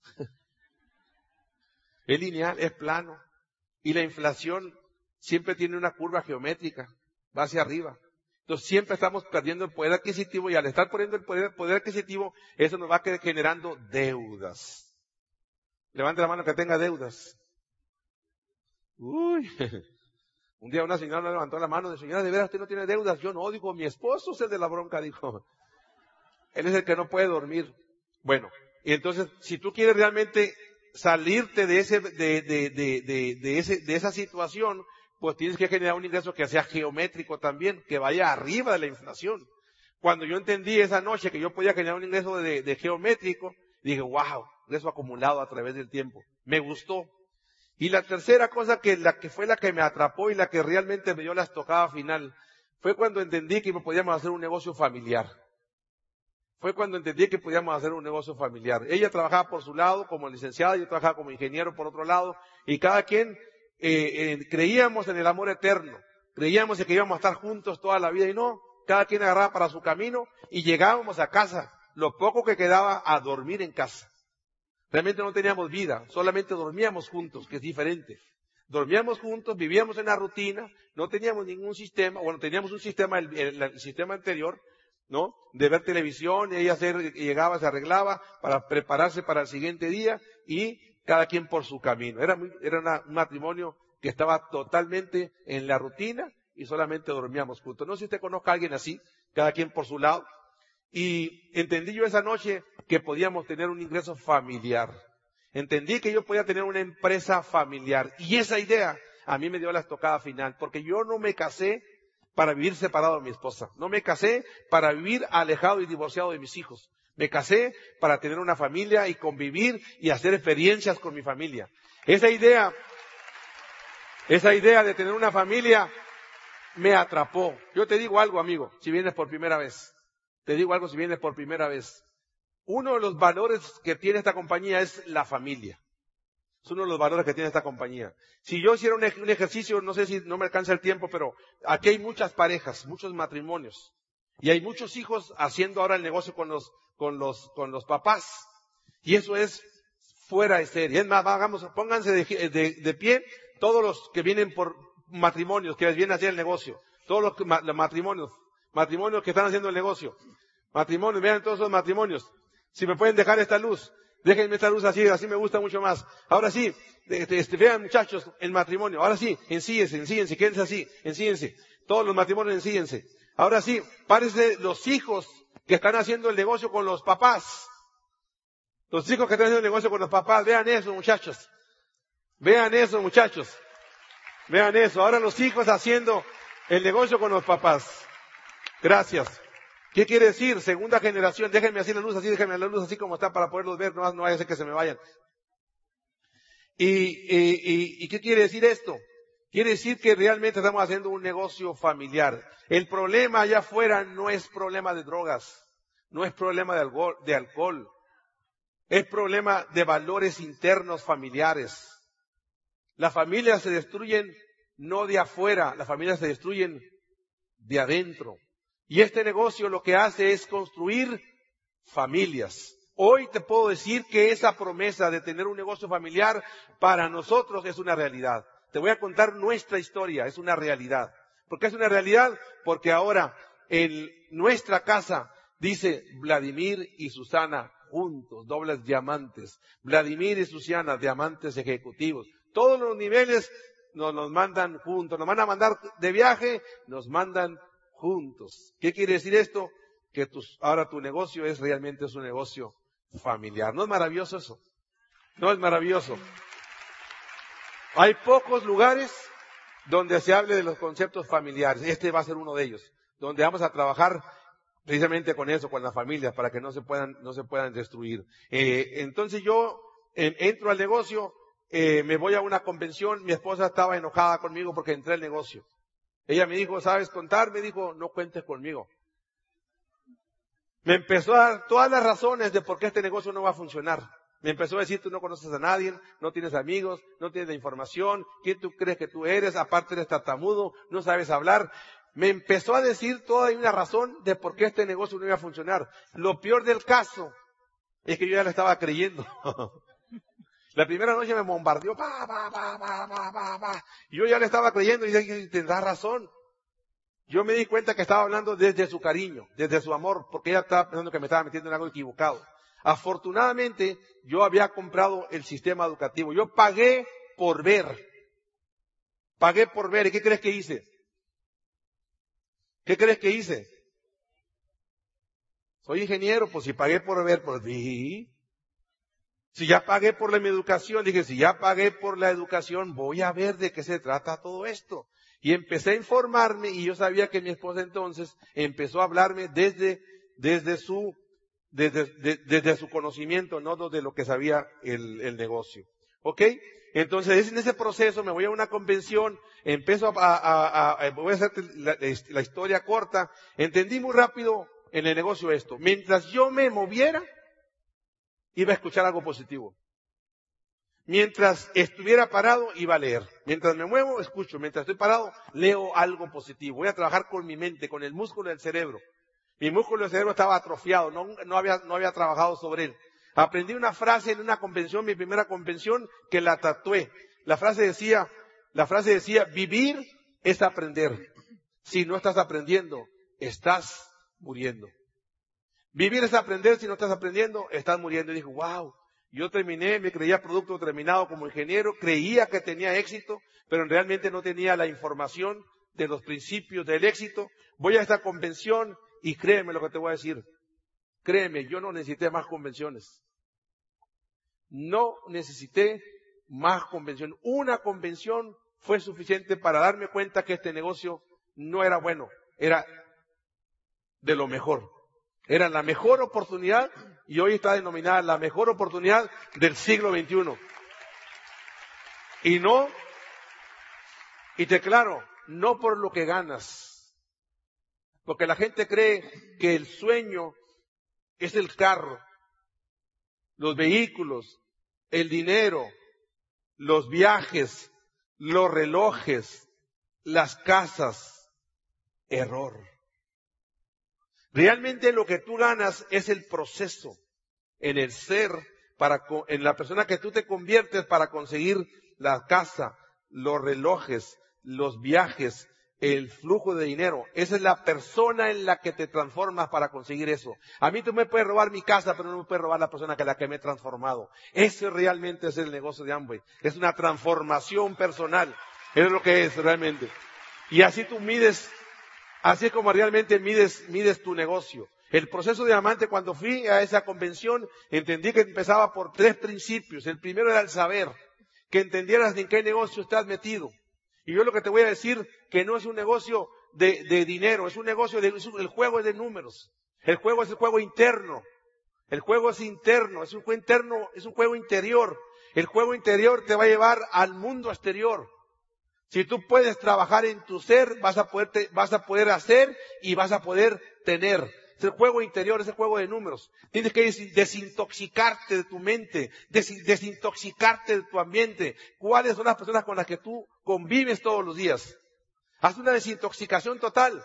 Es lineal, es plano. Y la inflación siempre tiene una curva geométrica, va hacia arriba. Entonces siempre estamos perdiendo el poder adquisitivo y al estar perdiendo el poder, poder adquisitivo, eso nos va generando deudas. Levante la mano que tenga deudas. Uy. Un día una señora me levantó la mano, de señora, ¿de veras usted no tiene deudas? Yo no, dijo, mi esposo es el de la bronca, dijo. Él es el que no puede dormir. Bueno, y entonces, si tú quieres realmente salirte de ese, de, de, de, de, de ese, de esa situación, pues tienes que generar un ingreso que sea geométrico también, que vaya arriba de la inflación. Cuando yo entendí esa noche que yo podía generar un ingreso de, de geométrico, dije, wow, ingreso acumulado a través del tiempo. Me gustó. Y la tercera cosa que, la que fue la que me atrapó y la que realmente me dio la estocada final, fue cuando entendí que podíamos hacer un negocio familiar. Fue cuando entendí que podíamos hacer un negocio familiar. Ella trabajaba por su lado como licenciada, yo trabajaba como ingeniero por otro lado, y cada quien eh, eh, creíamos en el amor eterno, creíamos en que íbamos a estar juntos toda la vida, y no, cada quien agarraba para su camino, y llegábamos a casa, lo poco que quedaba a dormir en casa. Realmente no teníamos vida, solamente dormíamos juntos, que es diferente. Dormíamos juntos, vivíamos en la rutina, no teníamos ningún sistema, bueno, teníamos un sistema, el, el, el sistema anterior, ¿no? De ver televisión, y ella se, llegaba, se arreglaba para prepararse para el siguiente día, y cada quien por su camino. Era, muy, era una, un matrimonio que estaba totalmente en la rutina, y solamente dormíamos juntos. No sé si usted conozca a alguien así, cada quien por su lado. Y entendí yo esa noche que podíamos tener un ingreso familiar. Entendí que yo podía tener una empresa familiar. Y esa idea a mí me dio la estocada final. Porque yo no me casé para vivir separado de mi esposa. No me casé para vivir alejado y divorciado de mis hijos. Me casé para tener una familia y convivir y hacer experiencias con mi familia. Esa idea, esa idea de tener una familia me atrapó. Yo te digo algo, amigo, si vienes por primera vez. Te digo algo si vienes por primera vez. Uno de los valores que tiene esta compañía es la familia. Es uno de los valores que tiene esta compañía. Si yo hiciera un, un ejercicio, no sé si no me alcanza el tiempo, pero aquí hay muchas parejas, muchos matrimonios. Y hay muchos hijos haciendo ahora el negocio con los, con los, con los papás. Y eso es fuera de serie. Es más, hagamos, pónganse de, de, de pie todos los que vienen por matrimonios, que vienen a hacer el negocio. Todos los, los matrimonios. Matrimonios que están haciendo el negocio. Matrimonios, vean todos los matrimonios. Si me pueden dejar esta luz, déjenme esta luz así, así me gusta mucho más. Ahora sí, este, este, vean muchachos, el matrimonio. Ahora sí, ensíense, ensíense, quédense así, ensíense. Todos los matrimonios ensíense. Ahora sí, párense los hijos que están haciendo el negocio con los papás. Los hijos que están haciendo el negocio con los papás, vean eso muchachos. Vean eso muchachos. Vean eso. Ahora los hijos haciendo el negocio con los papás. Gracias. ¿Qué quiere decir? Segunda generación. Déjenme así la luz así, déjenme la luz así como está para poderlos ver. No, no vaya a ser que se me vayan. Y, y, y, ¿Y qué quiere decir esto? Quiere decir que realmente estamos haciendo un negocio familiar. El problema allá afuera no es problema de drogas. No es problema de alcohol. De alcohol. Es problema de valores internos familiares. Las familias se destruyen no de afuera. Las familias se destruyen de adentro. Y este negocio lo que hace es construir familias. Hoy te puedo decir que esa promesa de tener un negocio familiar para nosotros es una realidad. Te voy a contar nuestra historia, es una realidad. ¿Por qué es una realidad? Porque ahora en nuestra casa dice Vladimir y Susana juntos, dobles diamantes. Vladimir y Susana, diamantes ejecutivos. Todos los niveles nos, nos mandan juntos, nos van a mandar de viaje, nos mandan juntos. ¿Qué quiere decir esto? Que tus, ahora tu negocio es realmente es un negocio familiar. ¿No es maravilloso eso? ¿No es maravilloso? Hay pocos lugares donde se hable de los conceptos familiares. Este va a ser uno de ellos, donde vamos a trabajar precisamente con eso, con las familias, para que no se puedan, no se puedan destruir. Eh, entonces yo eh, entro al negocio, eh, me voy a una convención, mi esposa estaba enojada conmigo porque entré al negocio. Ella me dijo, ¿sabes contar? Me dijo, no cuentes conmigo. Me empezó a dar todas las razones de por qué este negocio no va a funcionar. Me empezó a decir, tú no conoces a nadie, no tienes amigos, no tienes la información, ¿quién tú crees que tú eres? Aparte eres tartamudo, no sabes hablar. Me empezó a decir toda una razón de por qué este negocio no iba a funcionar. Lo peor del caso es que yo ya le estaba creyendo. La primera noche me bombardeó, pa, pa, pa, pa, pa, pa, pa. Y yo ya le estaba creyendo y dije, tendrás razón. Yo me di cuenta que estaba hablando desde su cariño, desde su amor, porque ella estaba pensando que me estaba metiendo en algo equivocado. Afortunadamente, yo había comprado el sistema educativo. Yo pagué por ver. Pagué por ver. ¿Y qué crees que hice? ¿Qué crees que hice? Soy ingeniero, pues si pagué por ver, pues sí. Si ya pagué por la mi educación, dije, si ya pagué por la educación, voy a ver de qué se trata todo esto. Y empecé a informarme y yo sabía que mi esposa entonces empezó a hablarme desde, desde su Desde, de, desde su conocimiento, no de lo que sabía el, el negocio. ¿Ok? Entonces, en ese proceso me voy a una convención, empiezo a, a, a, a voy a hacer la, la historia corta, entendí muy rápido en el negocio esto. Mientras yo me moviera, iba a escuchar algo positivo. Mientras estuviera parado, iba a leer. Mientras me muevo, escucho. Mientras estoy parado, leo algo positivo. Voy a trabajar con mi mente, con el músculo del cerebro. Mi músculo del cerebro estaba atrofiado, no, no había, no había trabajado sobre él. Aprendí una frase en una convención, mi primera convención, que la tatué. La frase decía, la frase decía, vivir es aprender. Si no estás aprendiendo, estás muriendo. Vivir es aprender, si no estás aprendiendo, estás muriendo. Y dije, wow, yo terminé, me creía producto terminado como ingeniero, creía que tenía éxito, pero realmente no tenía la información de los principios del éxito. Voy a esta convención, y créeme lo que te voy a decir. Créeme, yo no necesité más convenciones. No necesité más convenciones. Una convención fue suficiente para darme cuenta que este negocio no era bueno. Era de lo mejor. Era la mejor oportunidad y hoy está denominada la mejor oportunidad del siglo veintiuno. Y no, y te aclaro, no por lo que ganas. Porque la gente cree que el sueño es el carro, los vehículos, el dinero, los viajes, los relojes, las casas. Error. Realmente lo que tú ganas es el proceso en el ser, para, en la persona que tú te conviertes para conseguir la casa, los relojes, los viajes, el flujo de dinero. Esa es la persona en la que te transformas para conseguir eso. A mí tú me puedes robar mi casa, pero no me puedes robar la persona que la que me he transformado. Ese realmente es el negocio de Amway. Es una transformación personal. Eso es lo que es realmente. Y así tú mides, así es como realmente mides, mides tu negocio. El proceso de diamante, cuando fui a esa convención, entendí que empezaba por tres principios. El primero era el saber, que entendieras en qué negocio estás metido. Y yo lo que te voy a decir, que no es un negocio de, de dinero, es un negocio de, es un, el juego es de números. El juego es el juego interno. El juego es interno, es un juego interno, es un juego interior. El juego interior te va a llevar al mundo exterior. Si tú puedes trabajar en tu ser, vas a poder, te, vas a poder hacer y vas a poder tener. Es el juego interior, es el juego de números. Tienes que desintoxicarte de tu mente, des, desintoxicarte de tu ambiente. ¿Cuáles son las personas con las que tú convives todos los días? Haz una desintoxicación total.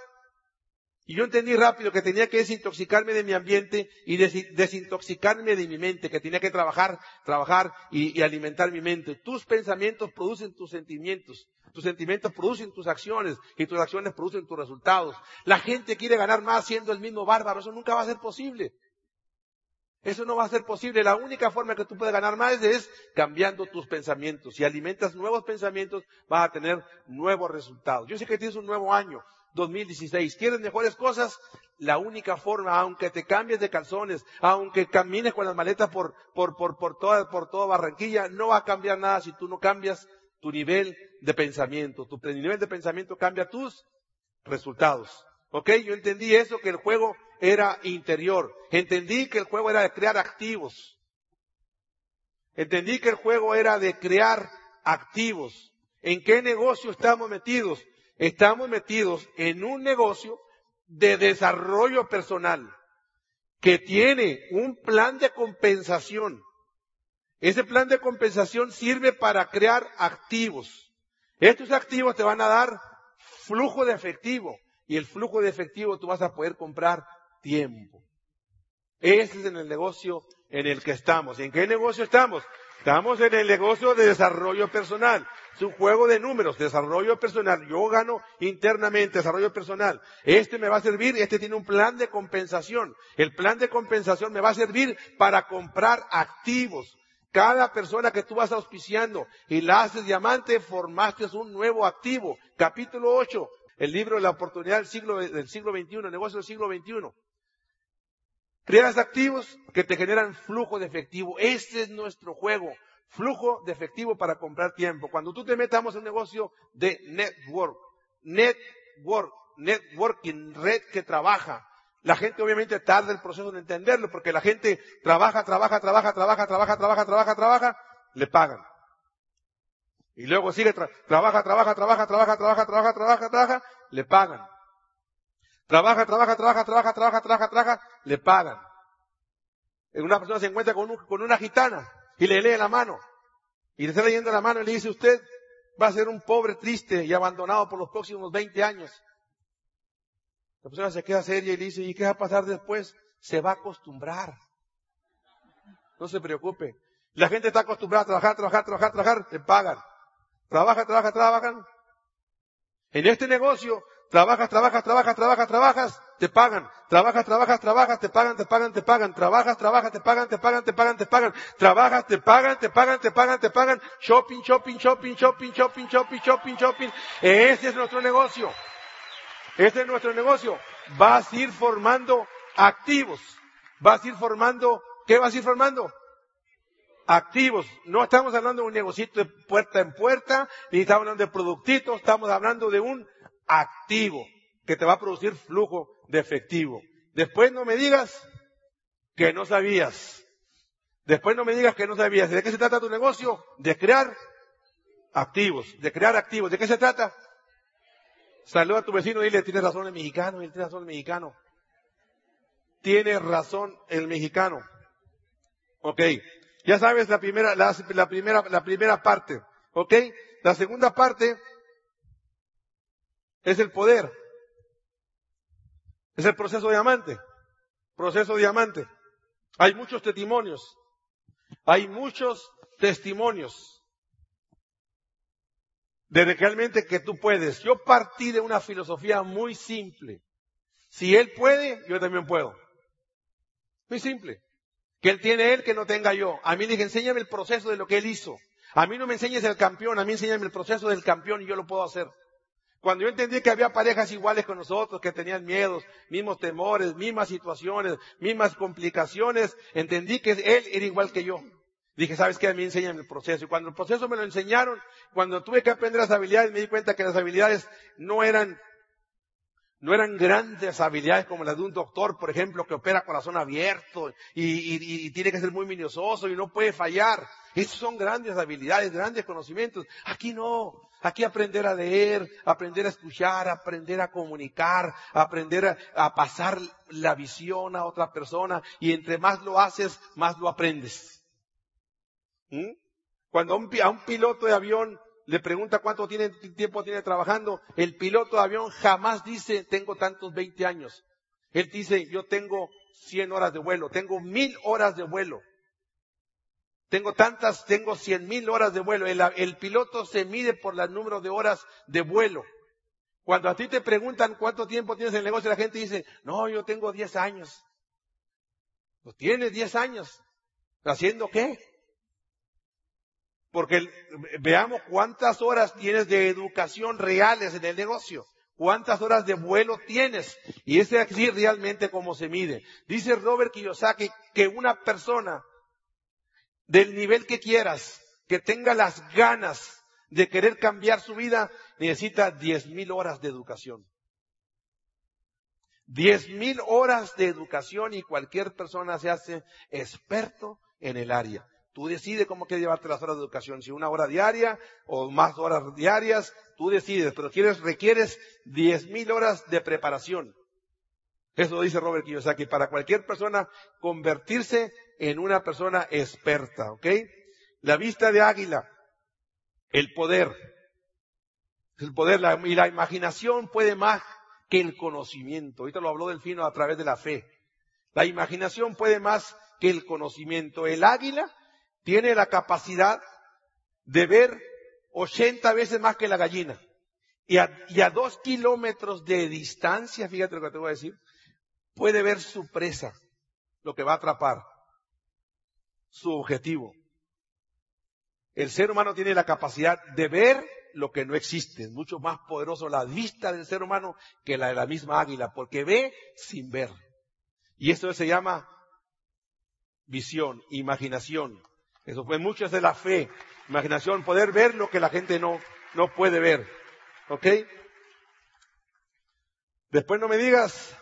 Y yo entendí rápido que tenía que desintoxicarme de mi ambiente y des, desintoxicarme de mi mente, que tenía que trabajar, trabajar y, y alimentar mi mente. Tus pensamientos producen tus sentimientos. Tus sentimientos producen tus acciones y tus acciones producen tus resultados. La gente quiere ganar más siendo el mismo bárbaro. Eso nunca va a ser posible. Eso no va a ser posible. La única forma que tú puedes ganar más es cambiando tus pensamientos. Si alimentas nuevos pensamientos, vas a tener nuevos resultados. Yo sé que tienes un nuevo año, dos mil dieciséis. ¿Quieres mejores cosas? La única forma, aunque te cambies de calzones, aunque camines con las maletas por, por, por, por toda, por toda Barranquilla, no va a cambiar nada si tú no cambias tu nivel de pensamiento. Tu nivel de pensamiento cambia tus resultados. ¿Ok? Yo entendí eso, que el juego era interior. Entendí que el juego era de crear activos. Entendí que el juego era de crear activos. ¿En qué negocio estamos metidos? Estamos metidos en un negocio de desarrollo personal que tiene un plan de compensación Ese plan de compensación sirve para crear activos. Estos activos te van a dar flujo de efectivo. Y el flujo de efectivo tú vas a poder comprar tiempo. Ese es en el negocio en el que estamos. ¿En qué negocio estamos? Estamos en el negocio de desarrollo personal. Es un juego de números, desarrollo personal. Yo gano internamente, desarrollo personal. Este me va a servir, este tiene un plan de compensación. El plan de compensación me va a servir para comprar activos. Cada persona que tú vas auspiciando y la haces diamante, formaste un nuevo activo. Capítulo ocho, el libro de la oportunidad del siglo, del siglo veintiuno, el negocio del siglo veintiuno. Creas activos que te generan flujo de efectivo. Este es nuestro juego. Flujo de efectivo para comprar tiempo. Cuando tú te metamos en un negocio de network, network, networking, red que trabaja. La gente obviamente tarda el proceso de entenderlo porque la gente trabaja, trabaja, trabaja, trabaja, trabaja, trabaja, trabaja, trabaja, le pagan. Y luego sigue, tra- trabaja, trabaja, trabaja, trabaja, trabaja, trabaja, trabaja, trabaja, le pagan. Trabaja, trabaja, trabaja, trabaja, trabaja, trabaja, trabaja, le pagan. Una persona se encuentra con, un, con una gitana y le lee la mano. Y le está leyendo la mano y le dice, usted va a ser un pobre, triste y abandonado por los próximos veinte años. La persona se queda seria y le dice, ¿y qué va a pasar después? Se va a acostumbrar. No se preocupe. La gente está acostumbrada a trabajar, trabajar, trabajar, trabajar, le pagan. Trabaja, trabaja, trabajan. En este negocio, trabajas, trabajas, trabajas, trabajas, trabajas, te pagan. Trabajas, trabajas, trabajas, te pagan, te pagan, te pagan. Trabajas, trabajas, te pagan, te pagan, te pagan, te pagan. Trabajas, te pagan, te pagan, te pagan, te pagan. Shopping, shopping, shopping, shopping, shopping, shopping, shopping, shopping. Ese es nuestro negocio. Este es nuestro negocio. Vas a ir formando activos. Vas a ir formando, ¿qué vas a ir formando? Activos. No estamos hablando de un negocito de puerta en puerta, ni estamos hablando de productitos, estamos hablando de un activo que te va a producir flujo de efectivo. Después no me digas que no sabías. Después no me digas que no sabías. ¿De qué se trata tu negocio? De crear activos. De crear activos. ¿De qué se trata? Saluda a tu vecino y dile, tiene razón el mexicano, tiene razón el mexicano. Tiene razón el mexicano. Ok. Ya sabes la primera, la, la primera, la primera parte. ¿Ok? La segunda parte es el poder. Es el proceso diamante. Proceso diamante. Hay muchos testimonios. Hay muchos testimonios de realmente que tú puedes. Yo partí de una filosofía muy simple. Si él puede, yo también puedo. Muy simple. Que él tiene él, que no tenga yo. A mí dije, enséñame el proceso de lo que él hizo. A mí no me enseñes el campeón, a mí enséñame el proceso del campeón y yo lo puedo hacer. Cuando yo entendí que había parejas iguales con nosotros, que tenían miedos, mismos temores, mismas situaciones, mismas complicaciones, entendí que él era igual que yo. Dije, ¿sabes qué? A mí enséñame el proceso. Y cuando el proceso me lo enseñaron, cuando tuve que aprender las habilidades, me di cuenta que las habilidades no eran No eran grandes habilidades como las de un doctor, por ejemplo, que opera corazón abierto y, y, y tiene que ser muy minucioso y no puede fallar. Esas son grandes habilidades, grandes conocimientos. Aquí no. Aquí aprender a leer, aprender a escuchar, aprender a comunicar, aprender a, a pasar la visión a otra persona. Y entre más lo haces, más lo aprendes. ¿Mm? Cuando a un, a un piloto de avión le pregunta cuánto tiene, tiempo tiene trabajando, el piloto de avión jamás dice, tengo tantos veinte años. Él dice, yo tengo cien horas de vuelo, tengo mil horas de vuelo. Tengo tantas, tengo cien mil horas de vuelo. El, el piloto se mide por el número de horas de vuelo. Cuando a ti te preguntan cuánto tiempo tienes en el negocio, la gente dice, no, yo tengo diez años. Pues tienes diez años. ¿Haciendo qué? Porque veamos cuántas horas tienes de educación reales en el negocio. Cuántas horas de vuelo tienes. Y ese es así realmente cómo se mide. Dice Robert Kiyosaki que una persona del nivel que quieras, que tenga las ganas de querer cambiar su vida, necesita diez mil horas de educación. diez mil horas de educación y cualquier persona se hace experto en el área. Tú decides cómo quieres llevarte las horas de educación, si una hora diaria o más horas diarias, tú decides, pero quieres, requieres diez mil horas de preparación. Eso lo dice Robert Kiyosaki, para cualquier persona convertirse en una persona experta, ¿ok? La vista de águila, el poder. El poder la, y la imaginación puede más que el conocimiento. Ahorita lo habló Delfino a través de la fe. La imaginación puede más que el conocimiento. El águila tiene la capacidad de ver ochenta veces más que la gallina. Y a, y a dos kilómetros de distancia, fíjate lo que te voy a decir, puede ver su presa, lo que va a atrapar, su objetivo. El ser humano tiene la capacidad de ver lo que no existe. Es mucho más poderoso la vista del ser humano que la de la misma águila, porque ve sin ver. Y esto se llama visión, imaginación. Eso fue mucho de la fe, imaginación, poder ver lo que la gente no, no puede ver. ¿Ok? Después no me digas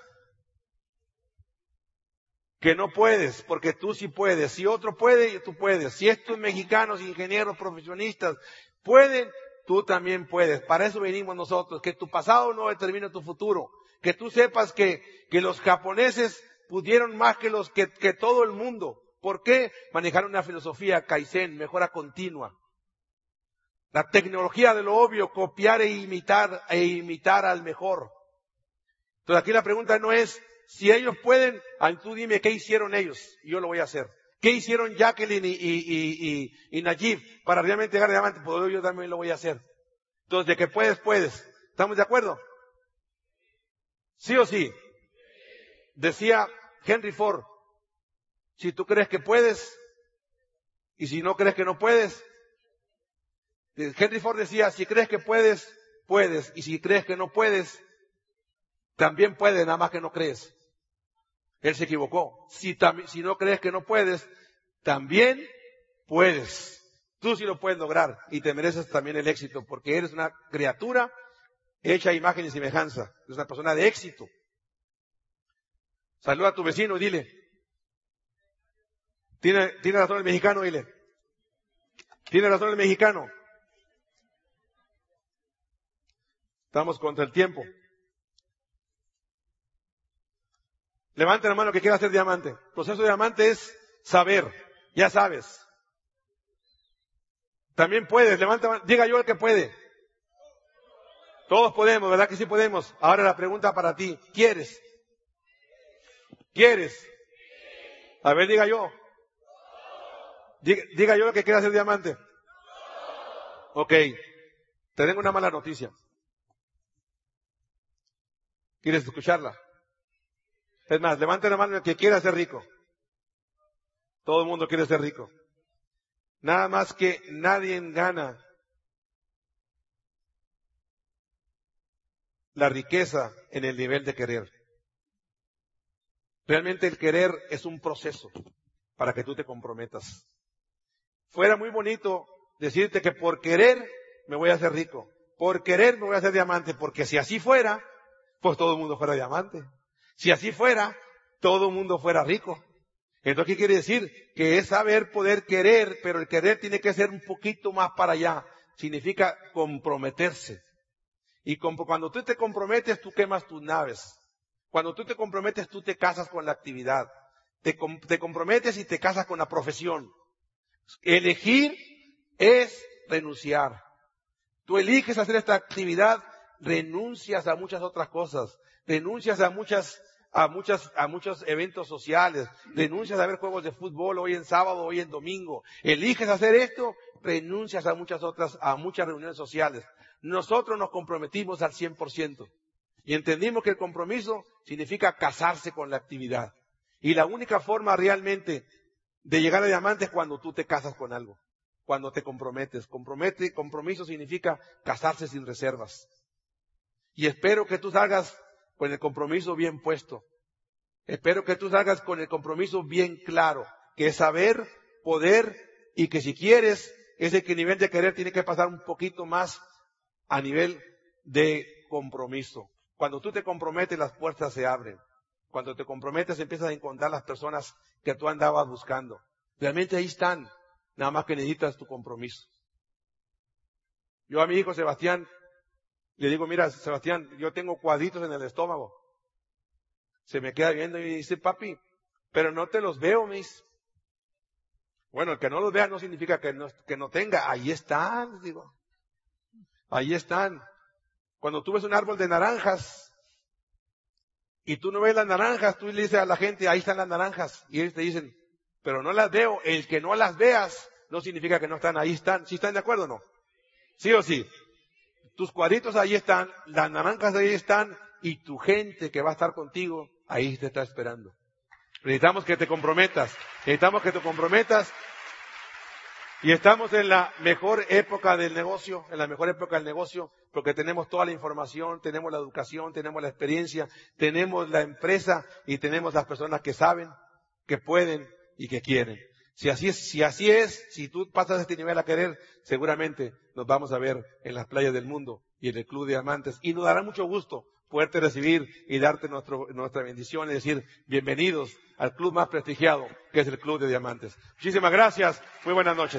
que no puedes, porque tú sí puedes. Si otro puede, tú puedes. Si estos mexicanos, ingenieros, profesionistas pueden, tú también puedes. Para eso venimos nosotros, que tu pasado no determine tu futuro. Que tú sepas que, que los japoneses pudieron más que los que, que todo el mundo. ¿Por qué? Manejaron una filosofía Kaizen, mejora continua. La tecnología de lo obvio, copiar e imitar, e imitar al mejor. Entonces aquí la pregunta no es, si ellos pueden, tú dime qué hicieron ellos, y yo lo voy a hacer. ¿Qué hicieron Jacqueline y, y, y, y, y Najib para realmente llegar a diamante? Pues yo también lo voy a hacer. Entonces, de que puedes, puedes. ¿Estamos de acuerdo? ¿Sí o sí? Decía Henry Ford, si tú crees que puedes, y si no crees que no puedes. Henry Ford decía, si crees que puedes, puedes, y si crees que no puedes, también puedes, nada más que no crees. Él se equivocó. Si, tam- si no crees que no puedes, también puedes. Tú sí lo puedes lograr y te mereces también el éxito porque eres una criatura hecha a imagen y semejanza. Eres una persona de éxito. Saluda a tu vecino y dile. ¿Tiene, tiene razón el mexicano? Dile. ¿Tiene razón el mexicano? Estamos contra el tiempo. Levante la mano que quiera hacer diamante. El proceso de diamante es saber. Ya sabes. También puedes. Levanta la mano. Diga yo el que puede. Todos podemos, ¿verdad que sí podemos? Ahora la pregunta para ti. ¿Quieres? ¿Quieres? A ver, diga yo. Diga, diga yo el que quiera hacer diamante. Ok. Te tengo una mala noticia. ¿Quieres escucharla? Es más, levante la mano el que quiera ser rico. Todo el mundo quiere ser rico. Nada más que nadie gana la riqueza en el nivel de querer. Realmente el querer es un proceso para que tú te comprometas. Fuera muy bonito decirte que por querer me voy a hacer rico. Por querer me voy a hacer diamante, porque si así fuera, pues todo el mundo fuera diamante. Si así fuera, todo el mundo fuera rico. Entonces, ¿qué quiere decir? Que es saber poder querer, pero el querer tiene que ser un poquito más para allá. Significa comprometerse. Y cuando tú te comprometes, tú quemas tus naves. Cuando tú te comprometes, tú te casas con la actividad. Te, te comprometes y te casas con la profesión. Elegir es renunciar. Tú eliges hacer esta actividad, renuncias a muchas otras cosas. Renuncias a muchas, a muchas, a muchos eventos sociales. Renuncias a ver juegos de fútbol hoy en sábado, hoy en domingo. Eliges hacer esto, renuncias a muchas otras, a muchas reuniones sociales. Nosotros nos comprometimos al cien por ciento. Y entendimos que el compromiso significa casarse con la actividad. Y la única forma realmente de llegar a diamante es cuando tú te casas con algo. Cuando te comprometes. Compromete, compromiso significa casarse sin reservas. Y espero que tú salgas con el compromiso bien puesto. Espero que tú salgas con el compromiso bien claro, que es saber, poder, y que si quieres, ese nivel de querer tiene que pasar un poquito más a nivel de compromiso. Cuando tú te comprometes, las puertas se abren. Cuando te comprometes, empiezas a encontrar las personas que tú andabas buscando. Realmente ahí están, nada más que necesitas tu compromiso. Yo a mi hijo Sebastián le digo, mira, Sebastián, yo tengo cuadritos en el estómago. Se me queda viendo y dice, papi, pero no te los veo, mis. Bueno, el que no los vea no significa que no, que no tenga. Ahí están, les digo. Ahí están. Cuando tú ves un árbol de naranjas y tú no ves las naranjas, tú le dices a la gente, ahí están las naranjas. Y ellos te dicen, pero no las veo. El que no las veas no significa que no están. Ahí están. ¿Sí están de acuerdo o no? ¿Sí o sí? Tus cuadritos ahí están, las naranjas ahí están y tu gente que va a estar contigo ahí te está esperando. Necesitamos que te comprometas. Necesitamos que te comprometas. Y estamos en la mejor época del negocio, en la mejor época del negocio, porque tenemos toda la información, tenemos la educación, tenemos la experiencia, tenemos la empresa y tenemos las personas que saben, que pueden y que quieren. Si así es, si así es, si tú pasas este nivel a querer, seguramente nos vamos a ver en las playas del mundo y en el Club de Diamantes. Y nos dará mucho gusto poderte recibir y darte nuestro, nuestra bendición y decir bienvenidos al club más prestigiado, que es el Club de Diamantes. Muchísimas gracias. Muy buenas noches.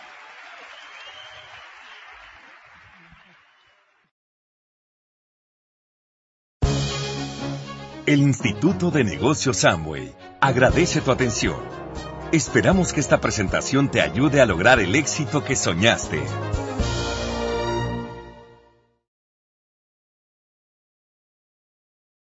El Instituto de Negocios Amway agradece tu atención. Esperamos que esta presentación te ayude a lograr el éxito que soñaste.